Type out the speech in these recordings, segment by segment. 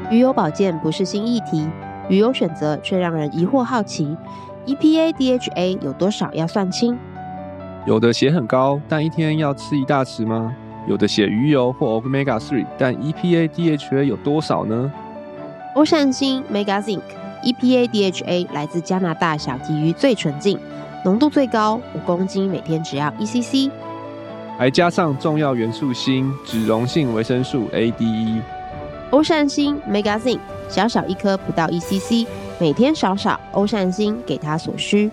鱼油保健不是新议题，鱼油选择却让人疑惑好奇。EPA DHA 有多少要算清？ 有的写很高，但一天要吃1大匙吗？有的写鱼油或 Omega 3，但 EPA DHA 有多少呢？ 欧善星 Mega Zinc EPA DHA 来自加拿大小鲫鱼最纯净，浓度最高，5公斤每天只要1cc， 还加上重要元素锌、脂溶性维生素 ADE。 欧善星 Mega Zinc 小小一颗不到1cc，每天少少欧善星给他所需。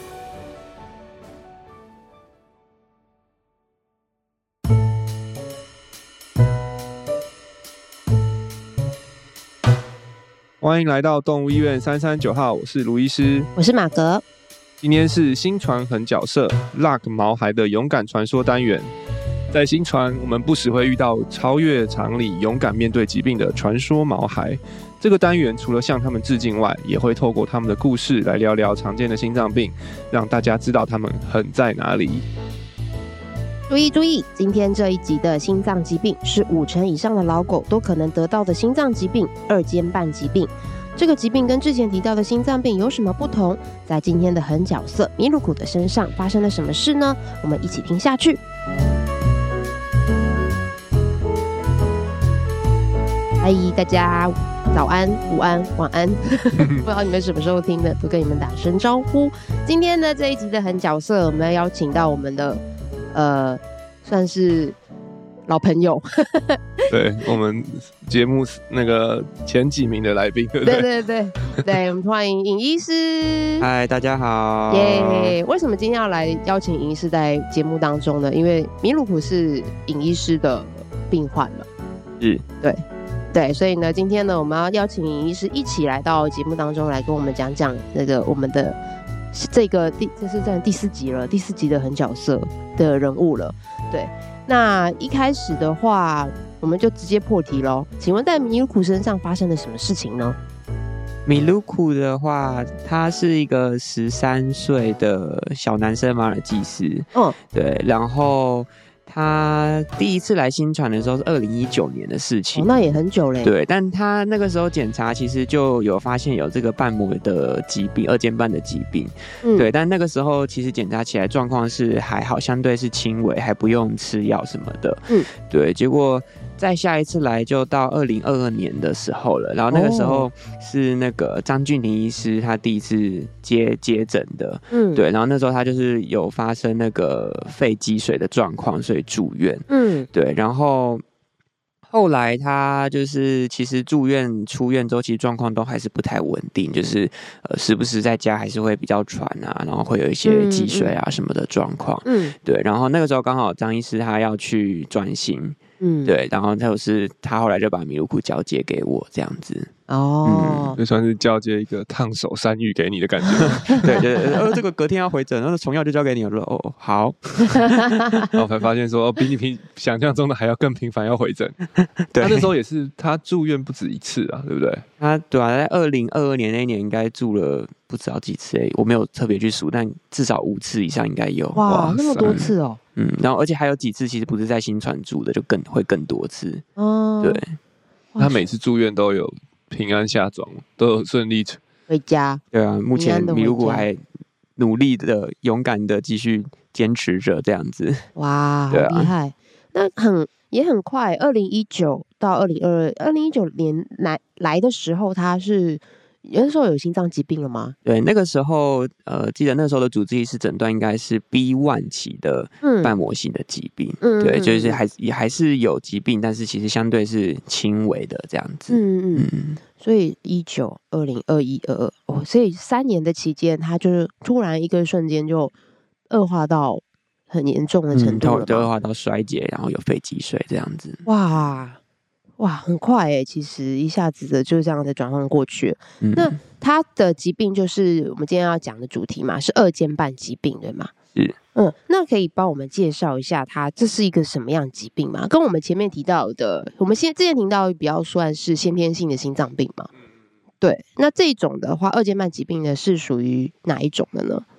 欢迎来到动物医院339号，我是卢医师， 我是马格。 今天是新传狠角色 Luck 毛孩的勇敢传说单元。在新传，我们不时会遇到超越常理、勇敢面对疾病的传说毛孩。这个单元除了向他们致敬外，也会透过他们的故事来聊聊常见的心脏病，让大家知道他们狠在哪里。 注意注意，今天这一集的心脏疾病是5成以上的老狗都可能得到的心脏疾病——2尖瓣疾病。这个疾病跟之前提到的心脏病有什么不同？在今天的狠角色米鲁古的身上发生了什么事呢？我们一起听下去。嗨，大家早安、午安、晚安。不知道你们什么时候听的，都跟你们打声招呼。今天呢，这一集的狠角色，我们要邀请到我们的算是老朋友。 对，我们节目那个前几名的来宾，对不对？ 对，我们欢迎尹医师。 嗨，大家好。 耶！为什么今天要来邀请尹医师在节目当中呢？因为米鲁普是尹医师的病患嘛。 是。 对，所以呢，今天呢，我们要邀请尹医师一起来到节目当中来跟我们讲讲那个我们的这是在第4集了，第4集的狠角色的人物了。对，那一开始的话，我们就直接破题咯。请问在米鲁库身上发生了什么事情呢？ 米鲁库的话，他是一个13岁的小男生马尔济斯。对，然后他第一次来新传的时候是2019年的事情。 那也很久嘞。 对，但他那个时候检查其实就有发现有这个瓣膜的疾病，2尖瓣的疾病。对，但那个时候其实检查起来状况是还好，相对是轻微，还不用吃药什么的。对，结果再下一次来就到2022年的时候了，然后那个时候是那个张俊廷医师他第一次接诊的。对，然后那时候他就是有发生那个肺积水的状况，所以住院。对，然后后来他就是其实出院之后，其实状况都还是不太稳定，就是时不时在家还是会比较喘啊，然后会有一些积水啊什么的状况。对，然后那个时候刚好张医师他要去转型。对，然后他后来就把米鲁库交接给我这样子。 就算是交接一个烫手山芋给你的感觉。 对，这个隔天要回诊，然后虫药就交给你了。我说好。 然后才发现说比你想象中的还要更频繁要回诊。 对， 他那时候也是他住院不止1次啊，对不对？ 对啊，在2022年那一年应该住了不知道几次我没有特别去数，但至少5次以上应该有。 哇，那么多次哦。 然后而且还有几次其实不是在新传住的，就会更多次。对， 他每次住院都有平安下庄，都有顺利回家。 对啊，目前米鲁古还努力的、勇敢的继续坚持着这样子。 哇，好厉害！那也很快，2019到2019年来的时候，他是那时候有心脏疾病了吗？ 对，那个时候记得那时候的主治医师诊断应该是 B1 期的瓣膜性的疾病。对，就是还是有疾病，但是其实相对是轻微的这样子。 所以19、20、21、22，所以3年的期间，他就是突然一个瞬间就恶化到很严重的程度了， 就恶化到衰竭，然后有肺积水这样子。 哇，很快其实一下子的就这样的转换过去了。那他的疾病就是我们今天要讲的主题嘛，是2尖瓣疾病，对吗？ 是。 那可以帮我们介绍一下这是一个什么样的疾病吗？跟我们前面提到的，我们之前提到比较算是先天性的心脏病嘛。对，那这种的话，2尖瓣疾病呢是属于哪一种的呢？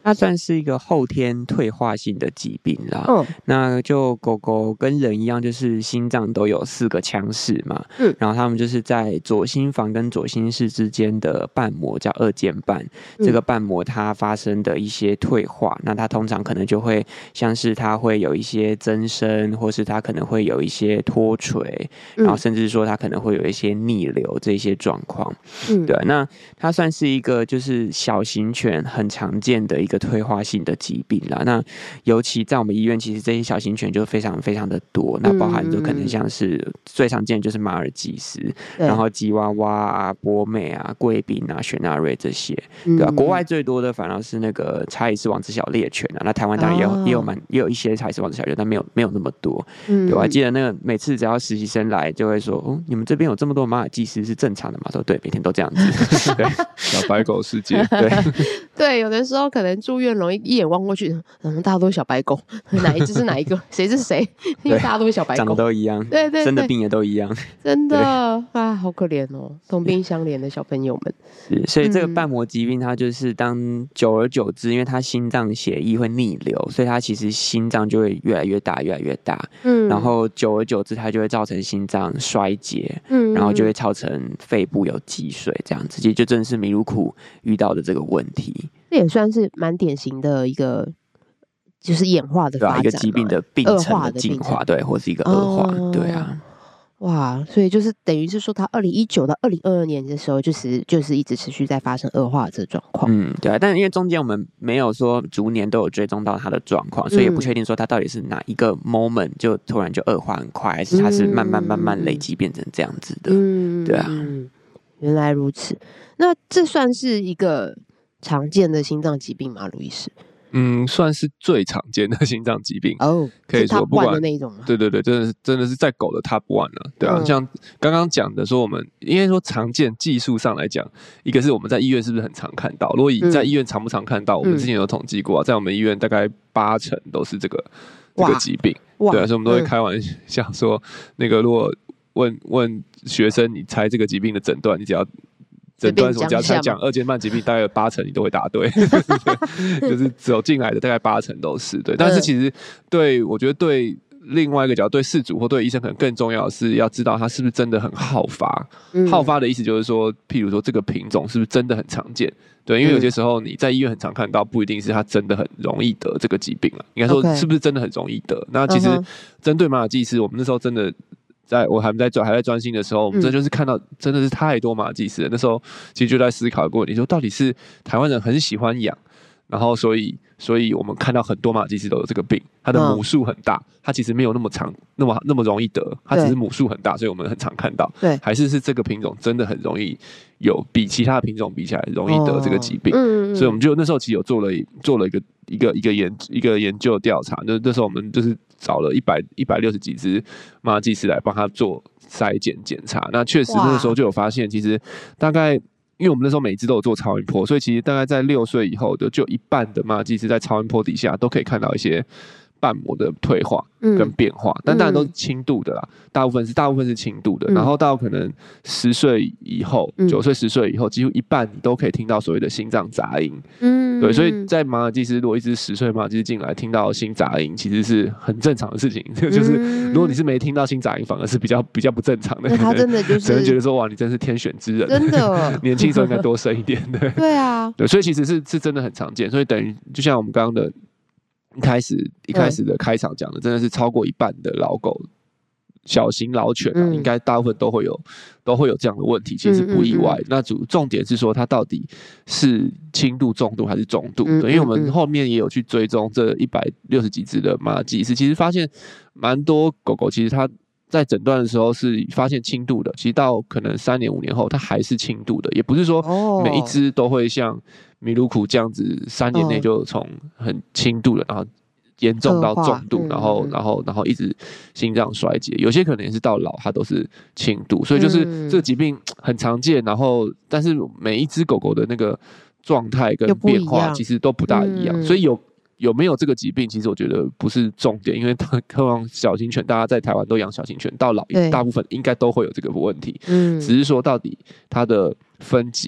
它算是一个后天退化性的疾病啦。那就狗狗跟人一样，就是心脏都有4个腔室嘛。然后它们就是在左心房跟左心室之间的瓣膜叫二尖瓣。这个瓣膜它发生的一些退化，那它通常可能就会像是它会有一些增生，或是它可能会有一些脱垂，然后甚至说它可能会有一些逆流这些状况。对，那它算是一个就是小型犬很常见的一个退化性的疾病啦。那尤其在我们医院，其实这些小型犬就非常非常的多，那包含就可能像是最常见的就是马尔济斯，然后吉娃娃啊、波美啊、贵宾啊、雪纳瑞这些，对吧？国外最多的反而是那个查理斯王子小猎犬啊，那台湾当然也有一些查理斯王子小猎犬，但没有那么多。对，我还记得那个每次只要实习生来就会说，你们这边有这么多马尔济斯是正常的吗？说对，每天都这样子。对， 小白狗世界。 对，有的时候可能住院容易一眼望过去，大家都是小白狗，哪一只是哪一个，谁是谁？因为大家都是小白狗， 长得都一样， 对， 生的病也都一样， 真的啊，好可怜哦，同病相怜的小朋友们。 是，所以这个瓣膜疾病，它就是当久而久之，因为它心脏血液会逆流，所以它其实心脏就会越来越大，越来越大。然后久而久之，它就会造成心脏衰竭，然后就会造成肺部有积水，这样子，其实就真的是米鲁库遇到的这个问题。 这也算是蛮典型的一个，就是演化的发展， 一个疾病的病程的进化，对，或是一个恶化，对啊。 哇，所以就是等于是说，它2019到2022年的时候，就是一直持续在发生恶化的这个状况。 对啊，但因为中间我们没有说逐年都有追踪到它的状况，所以也不确定说它到底是哪一个 moment 就突然就恶化很快，还是它是慢慢累积变成这样子的。对啊， 原来如此。那这算是一个常见的心脏疾病吗，卢医师？ 算是最常见的心脏疾病可以说不管的那一种。 对，真的是在狗的 top one 了，对啊。像刚刚讲的说，我们应该说常见技术上来讲，一个是我们在医院是不是很常看到？如果以在医院常不常看到，我们之前有统计过在我们医院大概80%都是这个疾病，对啊，所以我们都会开玩笑说，那个如果问学生你猜这个疾病的诊断，你只要诊断什么叫才讲二尖瓣疾病，大概有80%你都会答对，就是走进来的大概80%都是对。但是其实我觉得对另外一个角度，对饲主或对医生可能更重要的是要知道它是不是真的很好发。好发的意思就是说，譬如说这个品种是不是真的很常见？对，因为有些时候你在医院很常看到，不一定是它真的很容易得这个疾病了。应该说是不是真的很容易得？那其实针对马尔济斯，我们那时候真的。我还在专心的时候，我们这就是看到真的是太多马尔济斯了。那时候其实就在思考过，你说到底是台湾人很喜欢养，然后所以我们看到很多马尔济斯都有这个病，它的母数很大，它其实没有那么长，那么容易得，它只是母数很大，所以我们很常看到。对，还是这个品种真的很容易有比其他的品种比起来容易得这个疾病。所以我们就那时候其实有做了一个研究调查，那时候我们就是找了160几只马尔济斯来帮他做筛检查。那确实那个时候就有发现，其实大概因为我们那时候每一只都有做超音波，所以其实大概在6岁以后就有一半的马尔济斯在超音波底下都可以看到一些瓣膜的退化跟变化，但当然都是轻度的啦，大部分是轻度的。然后到可能10岁以后，9岁10岁以后，几乎一半你都可以听到所谓的心脏杂音。对，所以在马尔济斯，如果一只10岁马尔济斯进来听到心杂音，其实是很正常的事情。就是如果你是没听到心杂音，反而是比较不正常的。 他真的就是只能觉得说，哇，你真是天选之人， 真的年轻时候应该多生一点。对啊，对，所以其实是真的很常见。所以等于就像我们刚刚的一开始的开场讲的，真的是超过一半的老狗。小型老犬应该大部分都会有这样的问题，其实不意外。那重点是说它到底是轻度、重度还是重度？对，因为我们后面也有去追踪这160几只的马尔济斯，其实发现蛮多狗狗其实它在诊断的时候是发现轻度的，其实到可能3年5年后它还是轻度的，也不是说每一只都会像米鲁库这样子3年内就从很轻度的然后严重到重度，然后一直心脏衰竭，有些可能也是到老，它都是轻度，所以就是这个疾病很常见，然后但是每一只狗狗的那个状态跟变化其实都不大一样，所以有没有这个疾病，其实我觉得不是重点，因为渴望小型犬，大家在台湾都养小型犬，到老大部分应该都会有这个问题，只是说到底它的分级。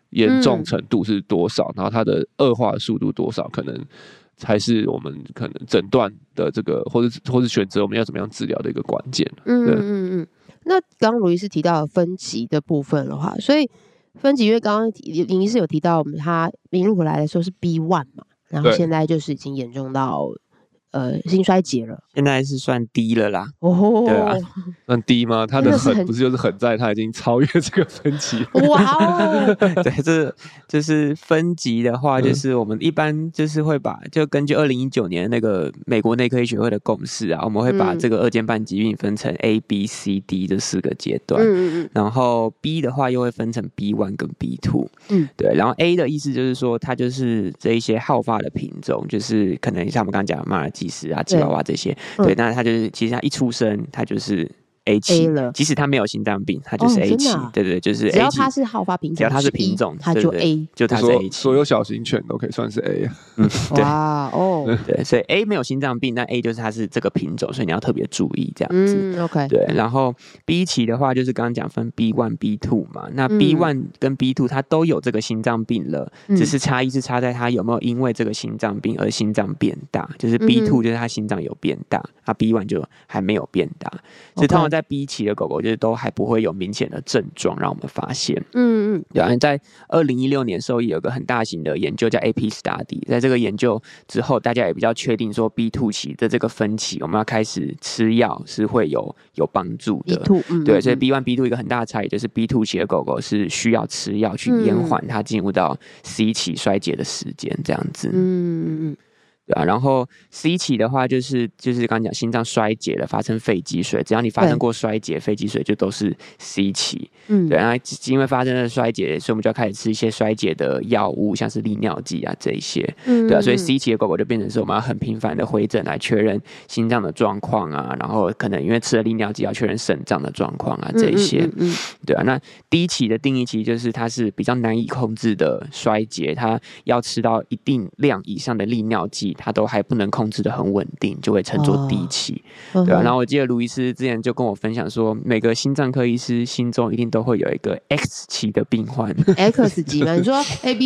严重程度是多少，然后它的恶化的速度多少，可能才是我们可能诊断的这个，或是选择我们要怎么样治疗的一个关键。 那刚刚卢医师提到分级的部分的话，所以分级，因为刚刚林医师有提到，他明路回来的时候是 B1 嘛，然后现在就是已经严重到心衰竭了， 现在是算低了啦。对啊， 算低吗？他的狠不是就是狠在他已经超越这个分级。 哇哦！ 对，这就是分级的话，就是我们一般就是会就根据2019年那个美国内科医学会的共识啊，我们会把这个二尖瓣疾病分成 A、B、C、D 这4个阶段。然后 B 的话又会分成 B1 跟 B2。对，然后 A 的意思就是说，它就是这一些好发的品种，就是可能像我们刚刚讲的马尔济斯啊、吉娃娃这些。对，那它就是其实它一出生它就是 A 期了，即使它没有心脏病，它就是 A 期。对对，就是 A 期。 只要它是好发品种， 只要它是品种， 它就 A， 就它是 A 期。 所有小型犬都可以算是 A 啊。 对。 哇哦， 对，所以 A 没有心脏病，但 A 就是它是这个品种，所以你要特别注意这样子。 OK。 对，然后 B 期的话，就是刚刚讲分 B1、B2 嘛。那 B1 跟 B2 它都有这个心脏病了，只是差异是差在它有没有因为这个心脏病而心脏变大。就是 B2 就是它心脏有变大，那 B1 就还没有变大。所以通常在 B 期的狗狗就是都还不会有明显的症状让我们发现。对啊，在2016年兽医有个很大型的研究叫 AP Study， 在这个研究之后，大家也比较确定说 B2 期的这个分期，我们要开始吃药是会有帮助的。对，所以 B1、B2 一个很大的差异就是 B2 期的狗狗是需要吃药去延缓它进入到 C 期衰竭的时间，这样子。对啊，然后 C 期的话就是刚刚讲心脏衰竭了，发生肺积水，只要你发生过衰竭、肺积水就都是 C 期。对，然后因为发生了衰竭，所以我们就要开始吃一些衰竭的药物，像是利尿剂啊这一些。对啊，所以 C 期的狗狗就变成是我们要很频繁的回诊来确认心脏的状况啊，然后可能因为吃了利尿剂要确认肾脏的状况啊这一些。对啊，那 D 期的定义期就是它是比较难以控制的衰竭，它要吃到一定量以上的利尿剂。它都还不能控制的很稳定，就会称作低期。对啊，然后我记得卢医师之前就跟我分享说，每个心脏科医师心中一定都会有一个 X 期的病患。 X 级吗？你说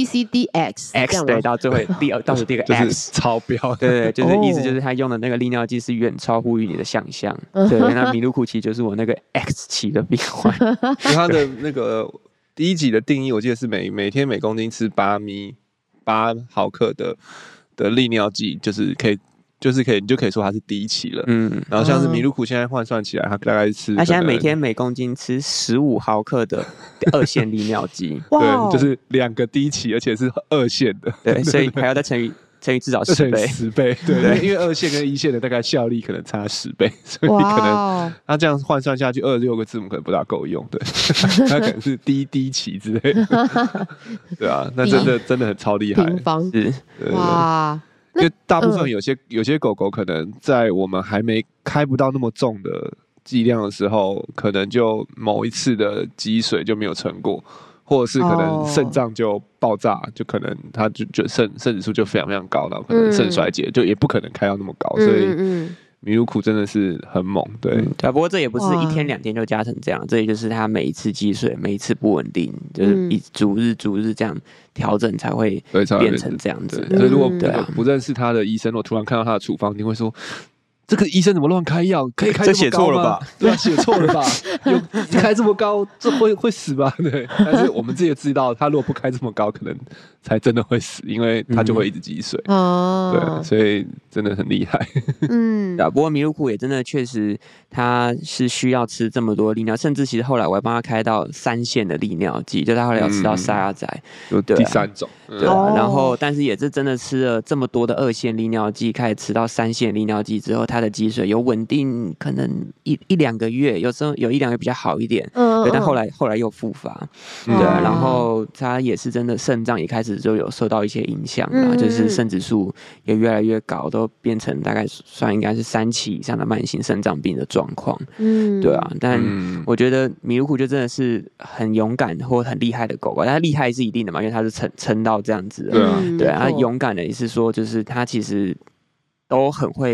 ABCDX， 对，到最后倒数第一个 X 就是超标。 对，就是意思就是他用的那个利尿剂是远超乎于你的想象。对，那米鲁库奇就是我那个 X 期的病患。 他的那个第一级的定义，我记得是每天每公斤吃8毫克的利尿剂，就是可以，你就可以说它是第一期了。然后像是米鲁库现在换算起来，它大概是吃， 他现在每天每公斤吃15毫克的2线利尿剂。 对，就是2个第一期，而且是2线的。 对，所以还要再乘以至少10倍 ，10倍。对，因为2线跟1线的大概效力可能差10倍，所以可能它这样换算下去，26个字母可能不大够用。对，它可能是第一期之类的。对啊，那真的很超厉害。 平方是哇。因为大部分有些狗狗可能在我们还没开不到那么重的剂量的时候，可能就某一次的积水就没有成过，或者是可能肾脏就爆炸，就可能它就肾指数就非常非常高，然后可能肾衰竭，就也不可能开到那么高，所以米鲁库真的是很猛。对， 不过这也不是1天2天就加成这样，这也就是它每一次积水，每一次不稳定，就是逐日这样调整才会变成这样子。 所以如果不认识他的医生，我突然看到他的处方，一定会说，这个医生怎么乱开药？可以开这么高吗？写错了吧？对啊，写错了吧？开这么高，这会死吧？对。但是我们自己也知道，他如果不开这么高，可能才真的会死，因为他就会一直积水。对，所以真的很厉害。 不过米鲁库也真的确实，他是需要吃这么多利尿，甚至其实后来我还帮他开到3线的利尿剂，就他后来要吃到沙亚仔， 第3种。 对啊，然后但是也是真的吃了这么多的2线利尿剂，开始吃到3线利尿剂之后，他的积水有稳定，可能一两个月，有时候有1-2个月比较好一点，对，但后来又复发，对啊，然后他也是真的肾脏也开始就有受到一些影响啦，就是肾指数也越来越高，都变成大概算应该是3期以上的慢性肾脏病的状况，对啊，但我觉得米鲁库就真的是很勇敢或很厉害的狗狗，他厉害是一定的嘛，因为他是撑到这样子的，对啊，他勇敢的也是说，就是他其实都很会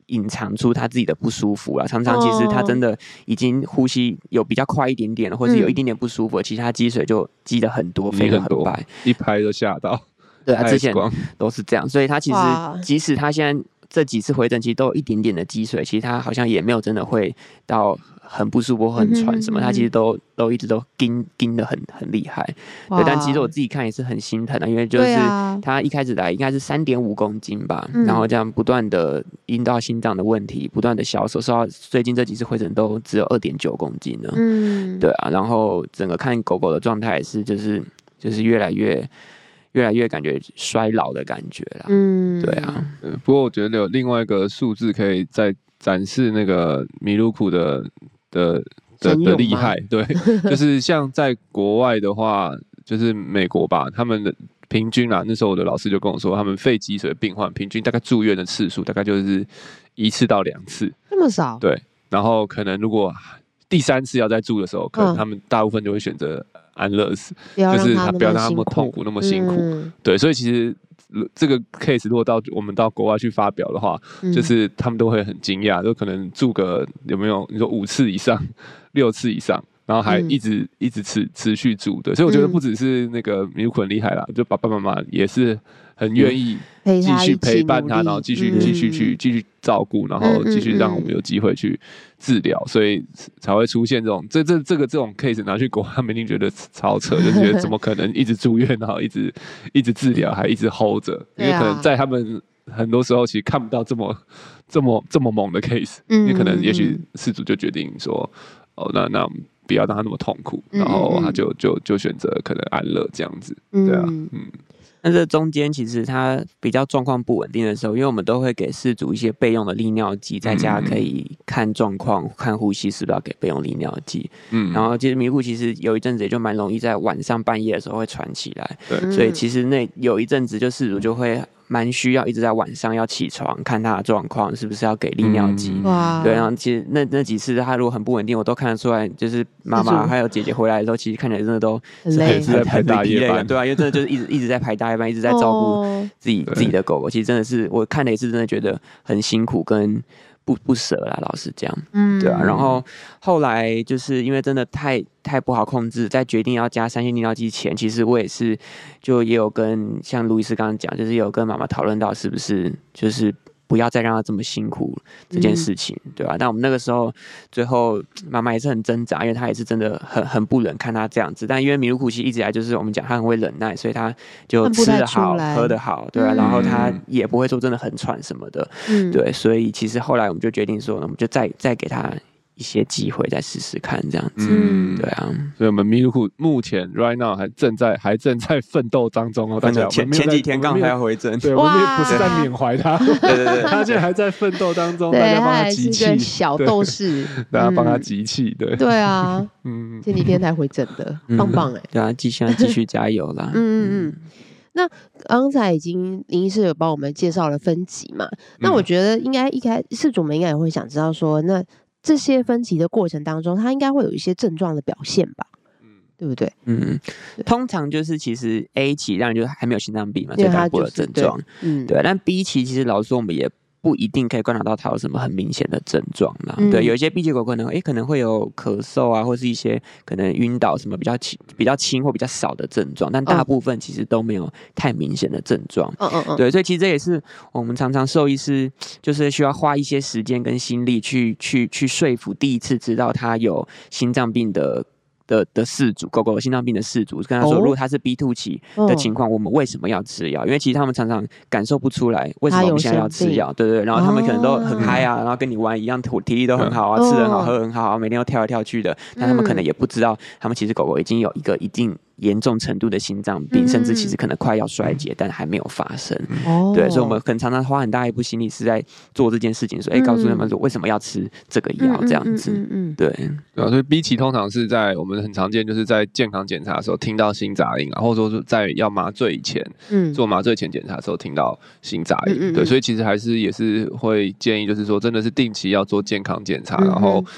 隐藏出他自己的不舒服啦。常常其实他真的已经呼吸有比较快一点点了，或者有一点点不舒服，其实他积水就积得很多，飞得很白， 一拍就吓到。 对啊，之前都是这样，所以他其实即使他现在这几次回诊其实都有一点点的积水，其实他好像也没有真的会到很不舒服、很喘什么，他其实都一直都盯得很厉害。对，但其实我自己看也是很心疼的，因为就是他一开始来应该是3.5公斤吧，然后这样不断的阴道心脏的问题，不断的消瘦，到最近这几次回诊都只有2.9公斤了。对啊，然后整个看狗狗的状态也是就是越来越感觉衰老的感觉啦。对啊。 不过我觉得有另外一个数字可以再展示那个米鲁库的厉害。对，就是像在国外的话，就是美国吧，他们的平均啦，那时候我的老师就跟我说，他们肺积水的病患平均大概住院的次数大概就是1次到2次， 这么少？ 对，然后可能如果第3次要再住的时候，可能他们大部分就会选择安乐死，就是他不要让他们痛苦那么辛苦。对，所以其实这个 case 如果我们到国外去发表的话，就是他们都会很惊讶，就可能住个有没有你说5次以上、6次以上，然后还一直持续住的。所以我觉得不只是那个米鲁库很厉害啦，就爸爸妈妈也是很愿意继续陪伴他，然后继续照顾，然后继续让我们有机会去治疗，所以才会出现这种 case 拿去国外，他们一定觉得超扯，就觉得怎么可能一直住院，然后一直治疗，还一直 hold 着，因为可能在他们很多时候其实看不到这么猛的 case，因为可能也许饲主就决定说，哦，那不要让他那么痛苦，然后他就选择可能安乐这样子，对啊， 那这中间其实他比较状况不稳定的时候，因为我们都会给饲主一些备用的利尿剂，在家可以看状况、看呼吸是不是要给备用利尿剂。然后其实米鲁其实有一阵子也就蛮容易在晚上半夜的时候会喘起来，所以其实那有一阵子就饲主就会蛮需要一直在晚上要起床看他的状况是不是要给利尿剂。对，然后其实那几次他如果很不稳定，我都看得出来，就是妈妈还有姐姐回来的时候，其实看起来真的都很累， 在排大夜班， 对啊，因为真的就是一直在排大夜班，一直在照顾自己的狗狗，其实真的是我看的也是真的觉得很辛苦跟不舍啦，老实讲，对啊。然后后来就是因为真的太不好控制，在决定要加3线利尿剂前，其实我也是也有跟像路易斯刚刚讲，就是有跟妈妈讨论到是不是就是不要再让他这么辛苦这件事情，对吧？但我们那个时候最后妈妈也是很挣扎，因为她也是真的很不忍看他这样子。但因为米鲁库其实一直以来就是我们讲他很会忍耐，所以他就吃得好喝得好，对啊，然后他也不会说真的很喘什么的，对。所以其实后来我们就决定说，我们就再给他一些机会再试试看这样子，对啊。 所以我们米鲁库目前 right now 还正在奋斗当中哦，大家前几天刚才要回诊， 对，我们也不是在缅怀他， 对， 他现在还在奋斗当中，大家帮他集气， 小斗士， 大家帮他集气，对啊，前几天才回诊的，棒棒哎， 对啊，继续加油啦， 那刚才已经林医师有帮我们介绍了分级嘛，那我觉得应该饲主们应该也会想知道说，那这些分级的过程当中，它应该会有一些症状的表现吧？对不对？ 通常就是其实 A 期当然就还没有心脏病嘛，所以它不会有症状，对。但 B 期其实老实说我们也不一定可以观察到它有什么很明显的症状啦，对，有一些 B 期狗可能会有咳嗽啊，或是一些可能晕倒什么比较轻或比较少的症状，但大部分其实都没有太明显的症状，对，所以其实这也是我们常常兽医师就是需要花一些时间跟心力去说服第一次知道他有心脏病的饲主，狗狗有心脏病的饲主，跟他说，如果他是 B2 期的情况，我们为什么要吃药？因为其实他们常常感受不出来为什么我们现在要吃药，对，然后他们可能都很嗨啊，然后跟你玩一样，体力都很好啊，吃得很好，喝得很好啊，每天都跳来跳去的，但他们可能也不知道，他们其实狗狗已经有一个一定严重程度的心脏病，甚至其实可能快要衰竭，但还没有发生。对，所以我们可能常常花很大一部心力是在做这件事情，说，告诉他们说为什么要吃这个药，这样子。对， 所以 B 期通常是在我们很常见，就是在健康检查的时候听到心杂音啊，或者说在要麻醉以前，做麻醉前检查的时候听到心杂音。对，所以其实也是会建议，就是说真的是定期要做健康检查，然后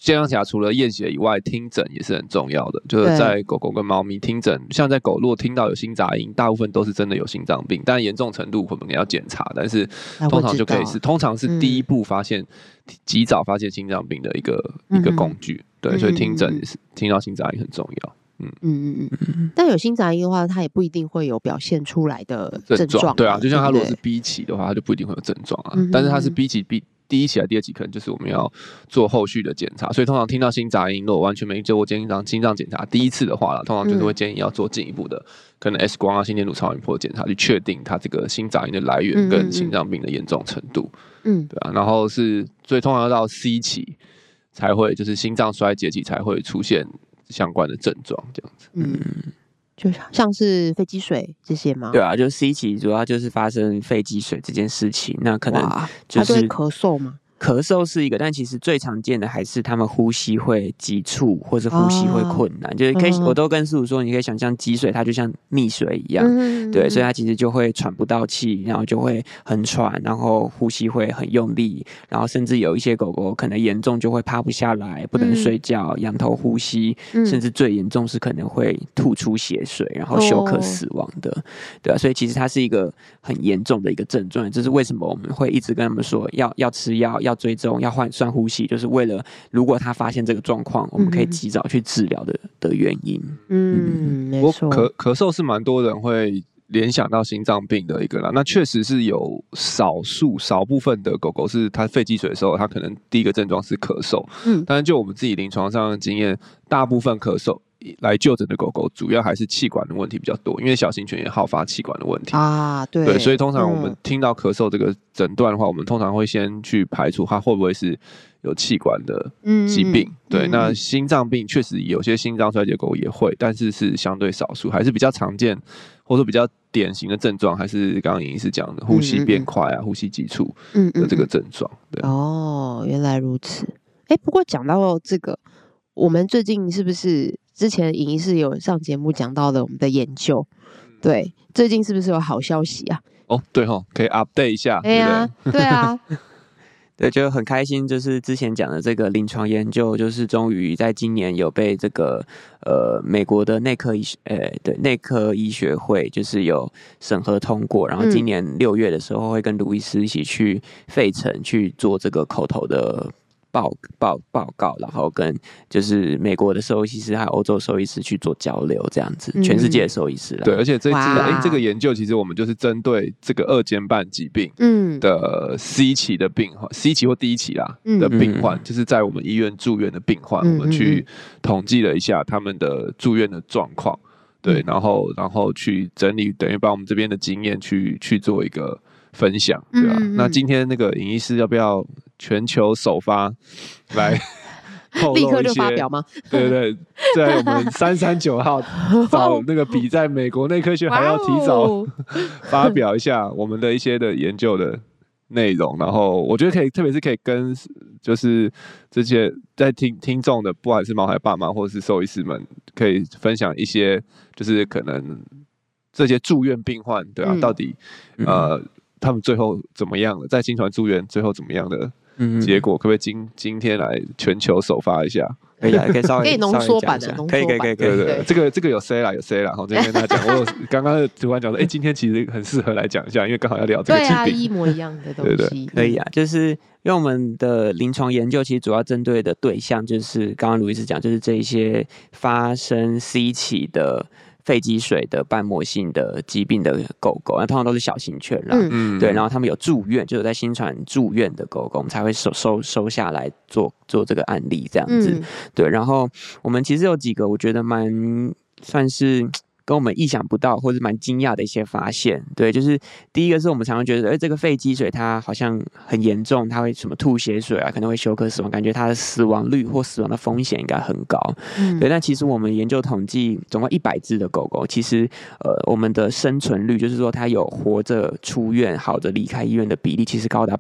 健康检查除了验血以外，听诊也是很重要的。就是在狗狗跟猫咪听诊，像在狗如果听到有心杂音，大部分都是真的有心脏病，但严重程度我们也要检查，但是通常就可以是，通常是第一步发现，及早发现心脏病的一个工具。对，所以听诊也是听到心杂音很重要。 但有心杂音的话，它也不一定会有表现出来的症状。 对啊，就像它如果是 B 期的话，它就不一定会有症状啊。但是它是 B 期第一期还是第二期，可能就是我们要做后续的检查。所以通常听到心杂音，如果完全没做过心脏检查，第一次的话啦，通常就是会建议要做进一步的，可能 X 光啊、心电图、超音波检查，去确定它这个心杂音的来源跟心脏病的严重程度。对啊。然后所以通常要到 C 期才会，就是心脏衰竭期才会出现相关的症状，这样子。 就像是肺积水这些吗？ 对啊，就 C 期主要就是发生肺积水这件事情，那可能就是它会咳嗽吗？ 咳嗽是一个，但其实最常见的还是他们呼吸会急促，或是呼吸会困难。就是可以，我都跟师傅说，你可以想象积水，它就像溺水一样，对，所以它其实就会喘不到气，然后就会很喘，然后呼吸会很用力，然后甚至有一些狗狗可能严重就会趴不下来，不能睡觉，仰头呼吸，甚至最严重是可能会吐出血水，然后休克死亡的，对啊，所以其实它是一个很严重的一个症状，这是为什么我们会一直跟他们说要吃药，要追踪，要算呼吸，就是为了如果他发现这个状况，我们可以及早去治疗的原因。 没错。 咳嗽是蛮多人会联想到心脏病的一个啦。那确实是有少部分的狗狗是它肺积水的时候，它可能第一个症状是咳嗽。但是就我们自己临床上的经验，大部分咳嗽来就诊的狗狗，主要还是气管的问题比较多，因为小型犬也好发气管的问题啊。对， 所以通常我们听到咳嗽这个诊断的话，我们通常会先去排除它会不会是有气管的疾病。对，那心脏病确实有些心脏衰竭狗也会，但是是相对少数，还是比较常见或者说比较典型的症状，还是刚刚尹医师讲的呼吸变快啊、呼吸急促的这个症状。对哦，原来如此。不过讲到这个，我们最近是不是之前尹医师有上节目讲到的我们的研究？对，最近是不是有好消息啊？ 对可以 update 一下。 对啊。 对，就很开心，就是之前讲的这个临床研究，就是终于在今年有被这个美国的内科医学会就是有审核通过，然后今年6月的时候会跟卢医师一起去费城去做这个口头的报告，然后跟就是美国的兽医师还有欧洲兽医师去做交流，这样子，全世界的兽医师啦。 对，而且这个研究其实我们就是针对这个二尖瓣疾病的 C 期的病患，C 期或第一期啦的病患，就是在我们医院住院的病患，我们去统计了一下他们的住院的状况，对，然后去整理，等于把我们这边的经验去做一个分享，对吧？那今天那个尹医师要不要全球首发来透露一些？ 立刻就发表吗？ 对，在我们339号找那个比在美国内科学还要提早发表一下我们的一些的研究的内容，然后我觉得可以，特别是可以跟就是这些在听众的，不管是毛孩爸妈或者是兽医师们，可以分享一些就是可能这些住院病患，对啊，到底他们最后怎么样了？在新传住院最后怎么样的结果？可不可以今天来全球首发一下？ 可以稍微可以浓缩版的， 可以。 对，这个有 C 啦，然后这边跟大家讲，我刚刚突然讲说，今天其实很适合来讲一下，因为刚好要聊这个疾病， 对啊，一模一样的东西， 可以啊，就是因为我们的临床研究其实主要针对的对象就是刚刚卢医师讲，就是这一些发生 C 期的肺积水的瓣膜性的疾病的狗狗，那通常都是小型犬啦，对，然后他们有住院，就是在新传住院的狗狗，我们才会收下来做这个案例这样子，对，然后我们其实有几个我觉得算是跟我们意想不到或者蛮惊讶的一些发现，对，就是第一个是我们常常觉得，这个肺积水它好像很严重，它会什么吐血水啊，可能会休克死亡，感觉它的死亡率或死亡的风险应该很高，对，但其实我们研究统计，总共100只的狗狗，其实我们的生存率，就是说它有活着出院、好着离开医院的比例，其实高达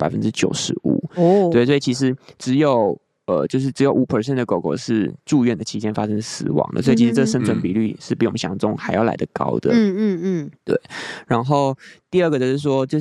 95%，对，所以其实只有5% 的狗狗是住院的期间发生死亡的，所以其实这生存比率是比我们想象中还要来得高的。对。然后第二个就是说，就是这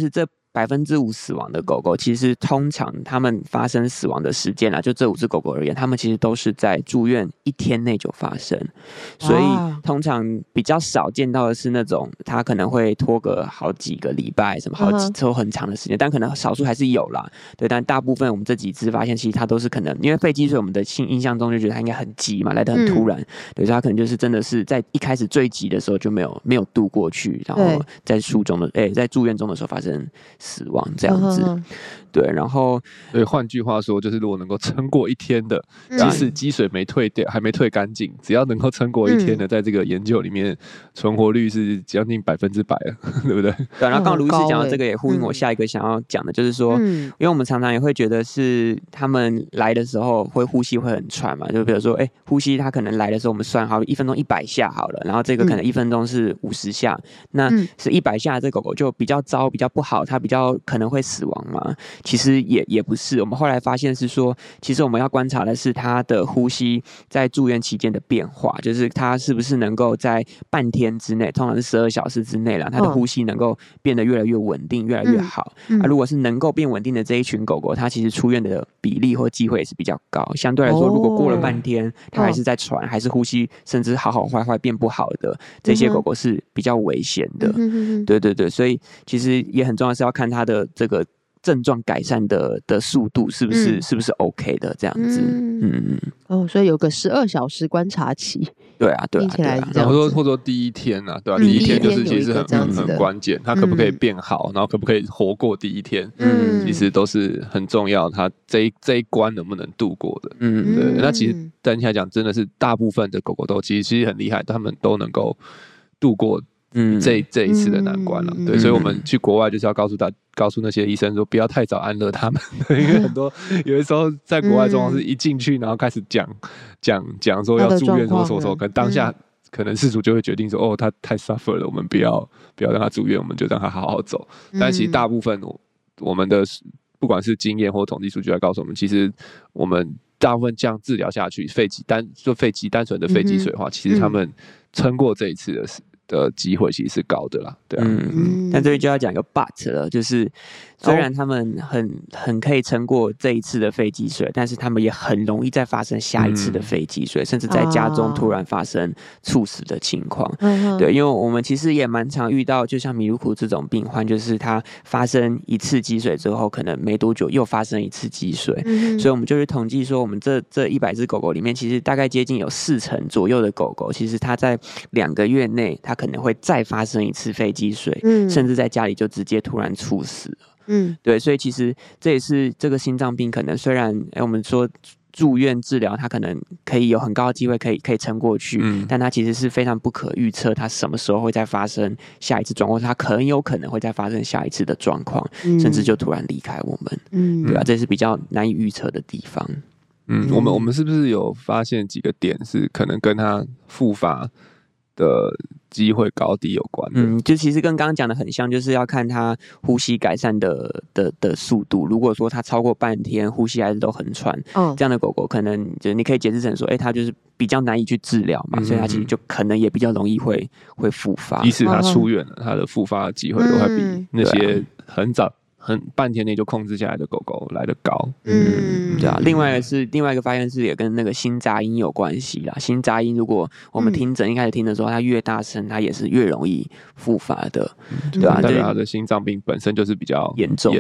5%死亡的狗狗，其实通常他们发生死亡的时间就这5只狗狗而言，他们其实都是在住院1天内就发生，所以通常比较少见到的是那种他可能会拖个好几个礼拜，什么好几周很长的时间，但可能少数还是有啦，对，但大部分我们这几只发现，其实它都是可能因为肺积水，我们的印象中就觉得它应该很急嘛，来得很突然，对，所以它可能就是真的是在一开始最急的时候就没有渡过去，然后在在住院中的时候发生死亡这样子，对，然后对，换句话说，就是如果能够撑过1天的，即使积水没退掉，还没退干净，只要能够撑过1天的，在这个研究里面存活率是将近100%了，对不对？ 对，然后刚刚卢医师讲的这个也呼应我下一个想要讲的，就是说，因为我们常常也会觉得是他们来的时候会呼吸会很喘嘛，就比如说，呼吸他可能来的时候我们算好1分钟100下好了，然后这个可能1分钟是50下，那是100下，这狗狗就比较糟，比较不好，它比较可能会死亡嘛？其实也不是，我们后来发现是说，其实我们要观察的是它的呼吸在住院期间的变化，就是它是不是能够在半天之内，通常是12小时之内啦，它的呼吸能够变得越来越稳定，越来越好。如果是能够变稳定的这一群狗狗，它其实出院的比例或机会也是比较高。相对来说，如果过了半天，它还是在喘，还是呼吸甚至好好坏坏变不好的，这些狗狗是比较危险的。对对对，所以其实也很重要是要看它的这个症状改善的速度是不是 OK 的这样子。 所以有个12小时观察期。 对啊， 听起来是这样子， 或者说第1天啊，对吧？第1天就是其实很关键，它可不可以变好，然后可不可以活过第1天，其实都是很重要，它这一关能不能度过的。对。那其实单起来讲，真的是大部分的狗狗都其实很厉害，他们都能够度过这一次的难关了。对，所以我们去国外就是要告诉那些医生说，不要太早安乐他们，因为很多有的时候在国外状况是一进去，然后开始讲说要住院什么，可能当下可能事主就会决定说，他太 suffer 了，我们不要让他住院，我们就让他好好走。但其实大部分我们的不管是经验或统计数据来告诉我们，其实我们大部分这样治疗下去，单纯的肺积水的话，其实他们撑过这一次的机会其实是高的啦，对啊。 但这里就要讲一个 but 了，就是虽然他们很可以撑过这一次的肺积水，但是他们也很容易再发生下一次的肺积水，甚至在家中突然发生猝死的情况。对，因为我们其实也蛮常遇到，就像米鲁库这种病患，就是他发生一次积水之后，可能没多久又发生一次积水，所以我们就去统计说，我们这100只狗狗里面，其实大概接近有40%左右的狗狗，其实它在2个月内，它可能会再发生一次肺积水，甚至在家里就直接突然猝死了。对，所以其实这也是这个心脏病可能虽然我们说住院治疗，它可能可以有很高的机会可以撑过去，但它其实是非常不可预测，它什么时候会再发生下一次状况，它很有可能会再发生下一次的状况，甚至就突然离开我们。对啊，这是比较难以预测的地方。 我们是不是有发现几个点是可能跟它复发的机会高低有关的？ 就其实跟刚刚讲的很像，就是要看它呼吸改善的速度。如果说它超过半天呼吸还是都很喘，这样的狗狗可能就你可以解释成说，它就是比较难以去治疗嘛，所以它其实就可能也比较容易会复发。 即使它出院了，它的复发的机会都会比那些半天内就控制下来的狗狗来得高。 对啊。另外一个发现是也跟那个心杂音有关系啦。心杂音如果我们听诊一开始听的时候，它越大声，它也是越容易复发的，对吧？ 代表它的心脏病本身就是比较严重。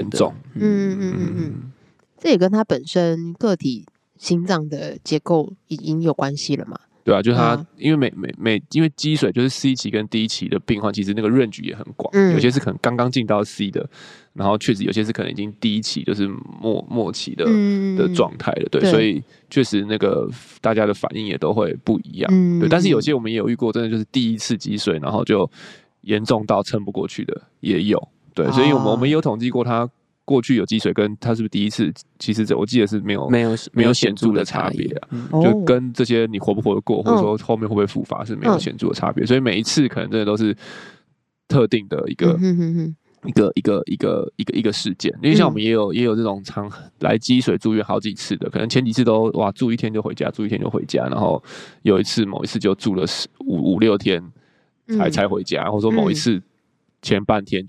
这也跟它本身个体心脏的结构已经有关系了嘛？ 对啊，就是它，因为因为积水就是 C 期跟 D 期的病患，其实那个 range 也很广，有些是可能刚刚进到 C 的，然后确实有些是可能已经D 期，就是末期的状态了，对，所以确实那个大家的反应也都会不一样，对，但是有些我们也有遇过，真的就是第一次积水，然后就严重到撑不过去的也有，对，所以我们也有统计过它过去有积水跟它是不是第一次，其实我记得是没有显著的差别啊，就跟这些你活不活得过，或者说后面会不会复发是没有显著的差别，所以每一次可能真的都是特定的一个事件，因为像我们也有这种常来积水住院好几次的，可能前几次都住1天就回家，然后某一次就住了5-6天才回家，或者说某一次前半天就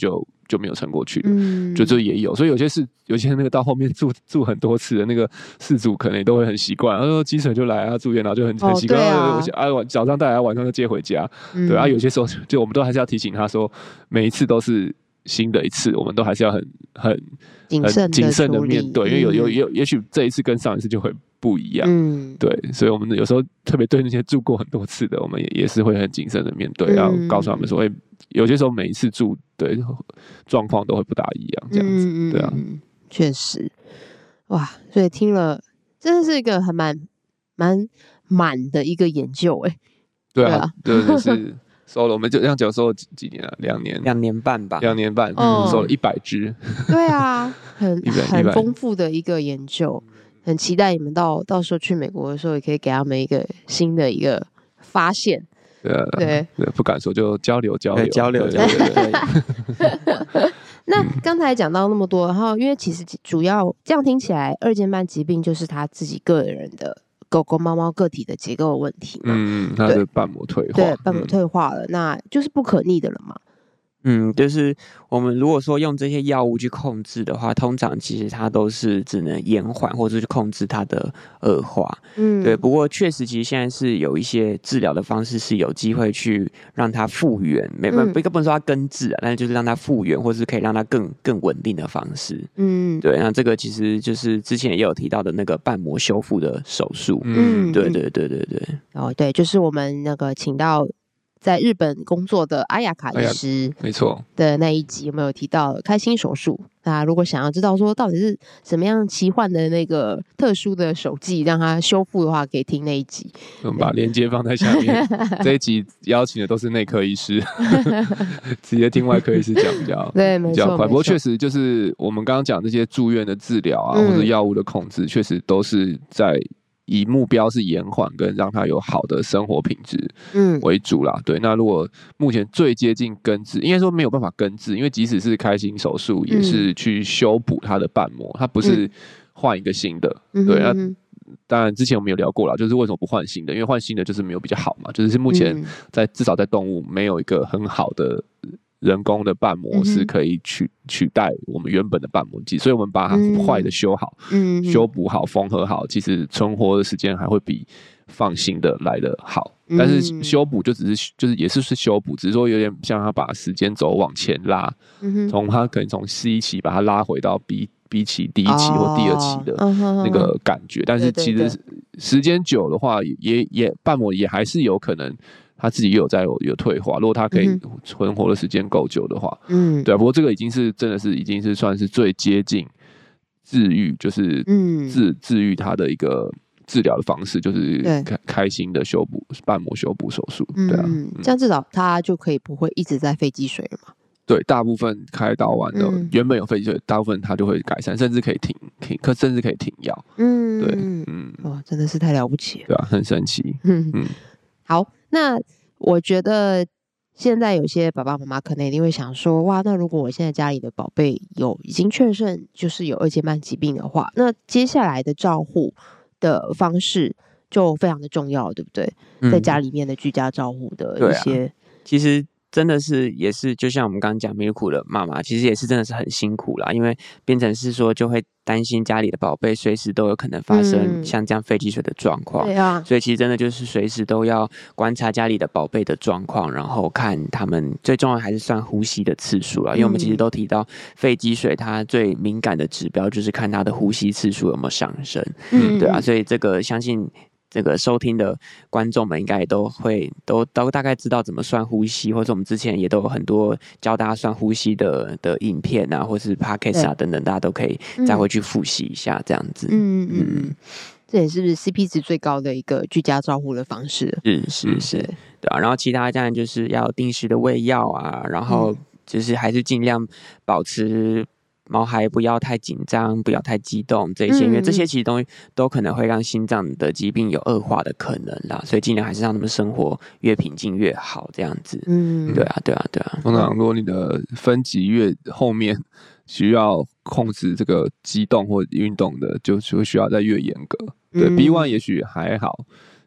就没有撑过去，就这也有，所以有些那个到后面住很多次的那个事主可能也都会很习惯，他说积水就来住院，然后就很习惯，早上带来晚上就接回家，对啊，有些时候就我们都还是要提醒他说，每一次都是新的一次，我们都还是要很谨慎的面对，因为也许这一次跟上一次就会不一样，对，所以我们有时候特别对那些住过很多次的，我们也是会很谨慎的面对，要告诉他们说，有些时候每一次住对状况都会不大一样，这样子，对啊， 确实，哇，所以听了真的是一个还蛮满的一个研究， 对啊，对，是。收了，我们就这样讲，收了几年啊？2 年半吧。 2年半，收了100只。 对啊，很丰富的一个研究，很期待你们到时候去美国的时候，也可以给他们一个新的一个发现。 对，不敢说，就交流。 对。 那刚才讲到那么多，然后因为其实主要这样听起来，二尖瓣疾病就是他自己个人的。狗狗、猫猫个体的结构的问题嘛， 它的瓣膜退化， 对，瓣膜退化了，那就是不可逆的了嘛。 就是我们如果说用这些药物去控制的话，通常其实它都是只能延缓或者去控制它的恶化。对。不过确实，其实现在是有一些治疗的方式是有机会去让它复原，不能说它根治啊，但是就是让它复原，或是可以让它更稳定的方式。对。那这个其实就是之前也有提到的那个瓣膜修复的手术。对。 对，就是我们那个请到。在日本工作的阿雅卡医师， 没错的那一集有没有提到开心手术？那如果想要知道说到底是什么样奇幻的那个特殊的手技让它修复的话，可以听那一集。 我们把链接放在下面。这一集邀请的都是内科医师，直接听外科医师讲比较快。不过确实就是我们刚刚讲这些住院的治疗啊，或者药物的控制，确实都是在。以目标是延缓跟让他有好的生活品质为主啦，对。那如果目前最接近根治，应该说没有办法根治，因为即使是开心手术，也是去修补它的瓣膜，它不是换一个新的。对，那当然之前我们有聊过啦，就是为什么不换新的？因为换新的就是没有比较好嘛，就是目前至少在动物没有一个很好的。人工的瓣膜是可以取代我们原本的瓣膜剂，所以我们把它坏的修好，修补好、缝合好，其实存活的时间还会比放新的来得好。但是修补就是也是修补，只是说有点像他把时间轴往前拉，从他可能从 C 期把它拉回到 B 期第一期或第二期的那个感觉。但是其实时间久的话，也瓣膜也还是有可能。他自己有退化，如果他可以存活的时间够久的话，对啊。不过这个已经是算是最接近治愈，就是治愈他的一个治疗的方式，就是开心的修补瓣膜修补手术，对啊。 这样至少他就可以不会一直在肺积水了嘛。 对，大部分开刀完的原本有肺积水，大部分他就会改善，甚至可以甚至可以停药。对， 哇，真的是太了不起了， 对啊，很神奇。 好，那我觉得现在有些爸爸妈妈可能一定会想说，哇，那如果我现在家里的宝贝已经确认就是有二尖瓣疾病的话，那接下来的照护的方式就非常的重要，对不对？在家里面的居家照护的一些， 其实。真的是也是，就像我们刚刚讲米鲁库的妈妈，其实也是真的是很辛苦啦，因为变成是说就会担心家里的宝贝随时都有可能发生像这样肺积水的状况， 对啊， 所以其实真的就是随时都要观察家里的宝贝的状况，然后看他们最重要还是算呼吸的次数啦，因为我们其实都提到肺积水它最敏感的指标就是看它的呼吸次数有没有上升，对啊，所以这个相信。这个收听的观众们应该也都大概知道怎么算呼吸，或者我们之前也都有很多教大家算呼吸的影片啊，或是 podcast 啊等等，大家都可以再回去复习一下这样子。 这也是 CP 值最高的一个居家照护的方式。 是，对啊。然后其他当然就是要定时的喂药啊，然后就是还是尽量保持。毛孩不要太紧张，不要太激动，这些因为这些其实东西都可能会让心脏的疾病有恶化的可能啦，所以尽量还是让他们生活越平静越好，这样子。对啊。 通常如果你的分级越后面需要控制这个激动或运动的，就会需要再越严格。对，B1 也许还好。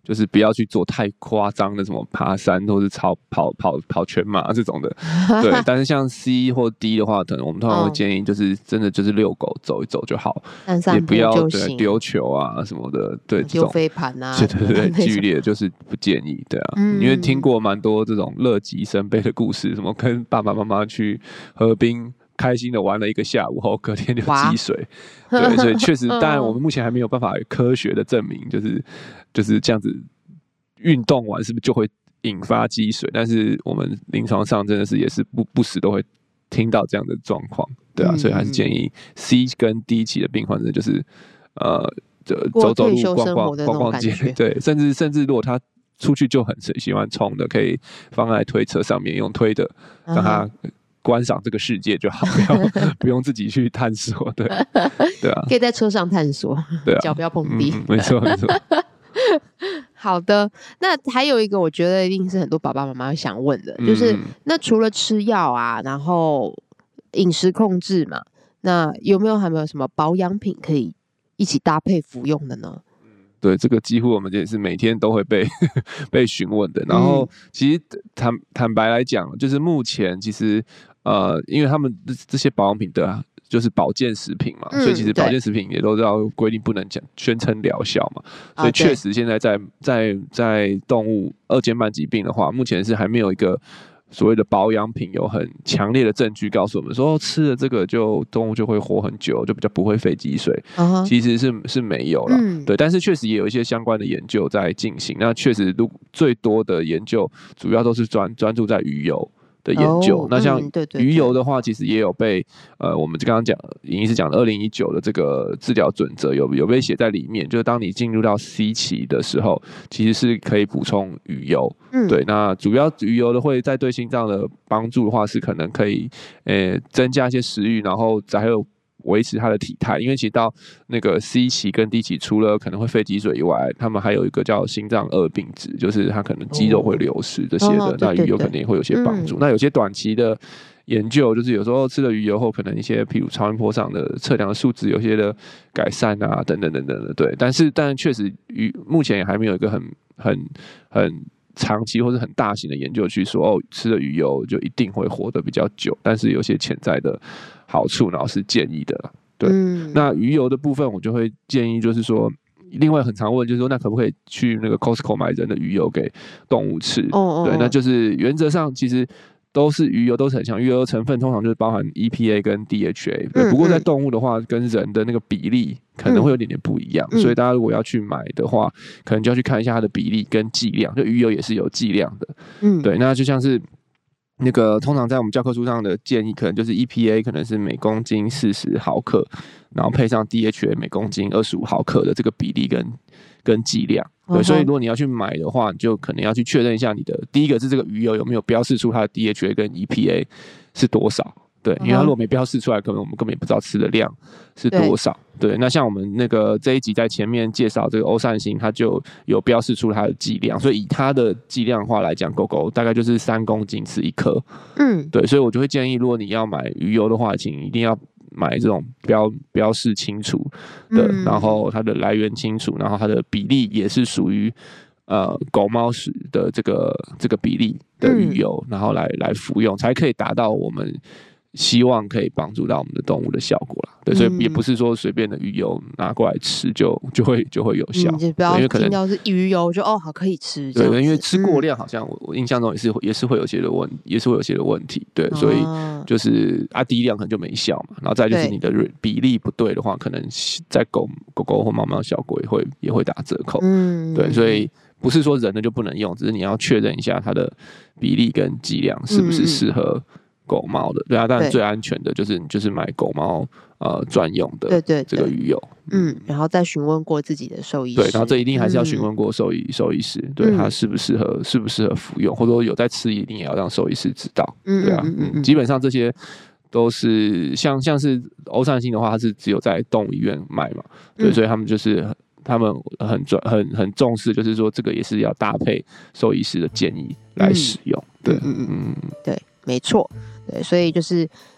就是不要去做太夸张的什么爬山或是跑全马这种的，对。但是像 C 或 D 的话，可能我们通常会建议就是真的就是遛狗走一走就好，也不要丢球啊什么的，对， 丢飞盘啊， 对，剧烈就是不建议，对啊，因为听过蛮多这种乐极生悲的故事，什么跟爸爸妈妈去河滨开心的玩了一个下午后，隔天就积水，对，所以确实，当然我们目前还没有办法科学的证明，就是这样子运动完是不是就会引发积水？但是我们临床上真的是也是不时都会听到这样的状况，对啊，所以还是建议 C 跟 D 期的病患者就是走走路、逛街，对，甚至如果他出去就很喜欢冲的，可以放在推车上面用推的，让他观赏这个世界就好，不用自己去探索，对啊， 可以在车上探索，对啊，脚不要碰地， 没错。 好的，那还有一个我觉得一定是很多爸爸妈妈会想问的，就是那除了吃药啊，然后饮食控制嘛，那还没有什么保养品可以一起搭配服用的呢？ 对，这个几乎我们也是每天都会被询问的。然后其实坦白来讲，就是目前其实因为他们这些保养品的就是保健食品嘛，所以其实保健食品也都要规定不能宣称疗效嘛，所以确实现在在动物二尖瓣疾病的话，目前是还没有一个所谓的保养品有很强烈的证据告诉我们说，吃了这个动物就会活很久，就比较不会肺积水。其实是没有啦，对，但是确实也有一些相关的研究在进行。那确实最多的研究主要都是专注在鱼油的研究。那像鱼油的话，其实也有被我们刚刚讲尹医师讲的2019的这个治疗准则有被写在里面，就是当你进入到 C 期的时候，其实是可以补充鱼油。对，那主要鱼油的会在对心脏的帮助的话，是可能可以增加一些食欲，然后还有维持它的体态，因为其实到那个 C 期跟 D 期，除了可能会肺积水以外，他们还有一个叫心脏恶病质，就是它可能肌肉会流失这些的，那鱼油肯定也会有些帮助。那有些短期的研究，就是有时候吃了鱼油后，可能一些譬如超音波上的测量的数值有些的改善啊，等等等等的，对。但确实目前也还没有一个很长期或是很大型的研究去说吃了鱼油就一定会活得比较久，但是有些潜在的好处，然后是建议的，对。那鱼油的部分，我就会建议就是说，另外很常问就是说，那可不可以去那个 Costco 买人的鱼油给动物吃？对，那就是原则上其实都是鱼油，都是很像鱼油的成分，通常就是包含 EPA 跟 DHA。不过在动物的话，跟人的那个比例可能会有点不一样，所以大家如果要去买的话，可能就要去看一下它的比例跟剂量。就鱼油也是有剂量的，对。那就像是那个通常在我们教科书上的建议，可能就是 EPA 可能是每公斤40毫克，然后配上 DHA 每公斤25毫克的这个比例跟剂量。对，所以如果你要去买的话，你就可能要去确认一下你的第一个是这个鱼油有没有标示出它的 DHA 跟 EPA 是多少。对，因为它如果没标示出来，可能我们根本也不知道吃的量是多少。对，那像我们那个这一集在前面介绍这个欧善星，它就有标示出它的剂量，所以以它的剂量的话来讲，狗狗大概就是3公斤吃1颗。对，所以我就会建议，如果你要买鱼油的话，请一定要买这种标示清楚的，然后它的来源清楚，然后它的比例也是属于狗猫屎的这个比例的鱼油，然后来服用，才可以达到我们希望可以帮助到我们的动物的效果啦。对，所以也不是说随便的鱼油拿过来吃就会有效， 就不要听到是鱼油就好可以吃。 对，因为吃过量好像我印象中也是会有些的问题。对，所以就是低量可能就没效嘛。然后再就是你的比例不对的话，可能在狗狗或猫猫的效果也会打折扣。对，所以不是说人的就不能用，只是你要确认一下它的比例跟剂量是不是适合狗猫的。对啊，当然最安全的就是买狗猫专用的这个鱼油。 然后再询问过自己的兽医师。 对，然后这一定还是要询问过兽医师，对他适不适合服用，或者说有在吃，一定也要让兽医师知道。对啊，基本上这些都是像是欧善星的话，它是只有在动物医院卖嘛。对，所以他们很重视，就是说这个也是要搭配兽医师的建议来使用。对， 对，没错。对，所以就是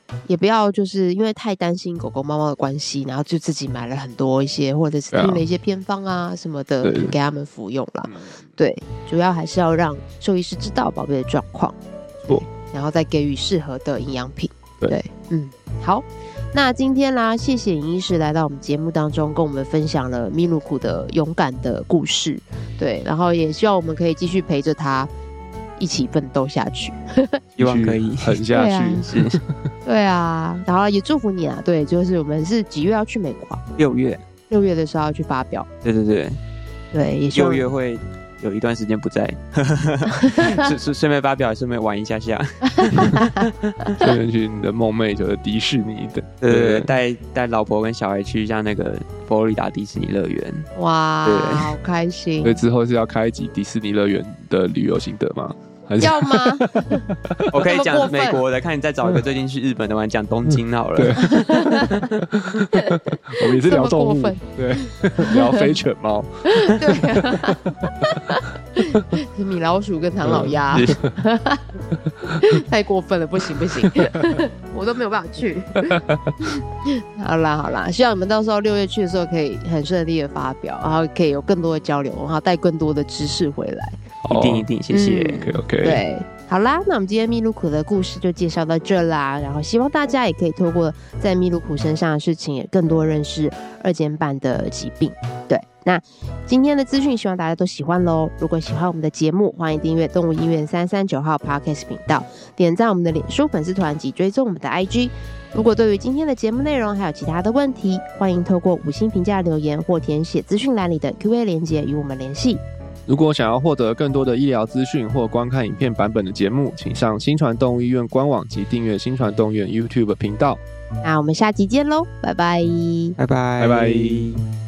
也不要就是因为太担心狗狗猫猫的关系，然后就自己买了很多一些或者是订了一些偏方啊什么的给他们服用啦。对，主要还是要让兽医师知道宝贝的状况，然后再给予适合的营养品。对，好。那今天啦，谢谢尹医师来到我们节目当中，跟我们分享了咪路库的勇敢的故事。对，然后也希望我们可以继续陪着他一起奋斗下去， 希望可以狠下去。 是， 对啊，然后也祝福你啊。对，就是我们是几月要去美国 ？6月的时候要去发表。 对， 也希望 6月会有一段时间不在，顺便发表，顺便玩一下下， 顺便去你的梦寐求的迪士尼的， 对，带老婆跟小孩去一下那个佛罗里达迪士尼乐园。 哇，好开心！ 所以之后是要开一集迪士尼乐园的旅游心得吗？ 要吗？ 我可以讲美国的，看你再找一个最近去日本的，我讲东京好了。 我们也是聊动物，对，聊非犬猫， 对啊，米老鼠跟唐老鸭，太过分了，不行，我都没有办法去。好啦，希望你们到时候6月去的时候可以很顺利的发表，然后可以有更多的交流，然后带更多的知识回来。 一定，谢谢。 OK。 对，好啦，那我们今天咪路苦的故事就介绍到这啦。然后希望大家也可以透过在咪路苦身上的事情，也更多认识二尖瓣的疾病。对，那今天的资讯希望大家都喜欢咯。如果喜欢我们的节目，欢迎订阅动物医院339号 Podcast 频道，点赞我们的脸书粉丝团及追踪我们的 IG。如果对于今天的节目内容还有其他的问题，欢迎透过5星评价留言或填写资讯栏里的 Q&A 连结与我们联系。 如果想要获得更多的医疗资讯或观看影片版本的节目，请上新传动物医院官网及订阅新传动物医院 YouTube 频道。 那我们下集见咯，拜拜。 拜拜。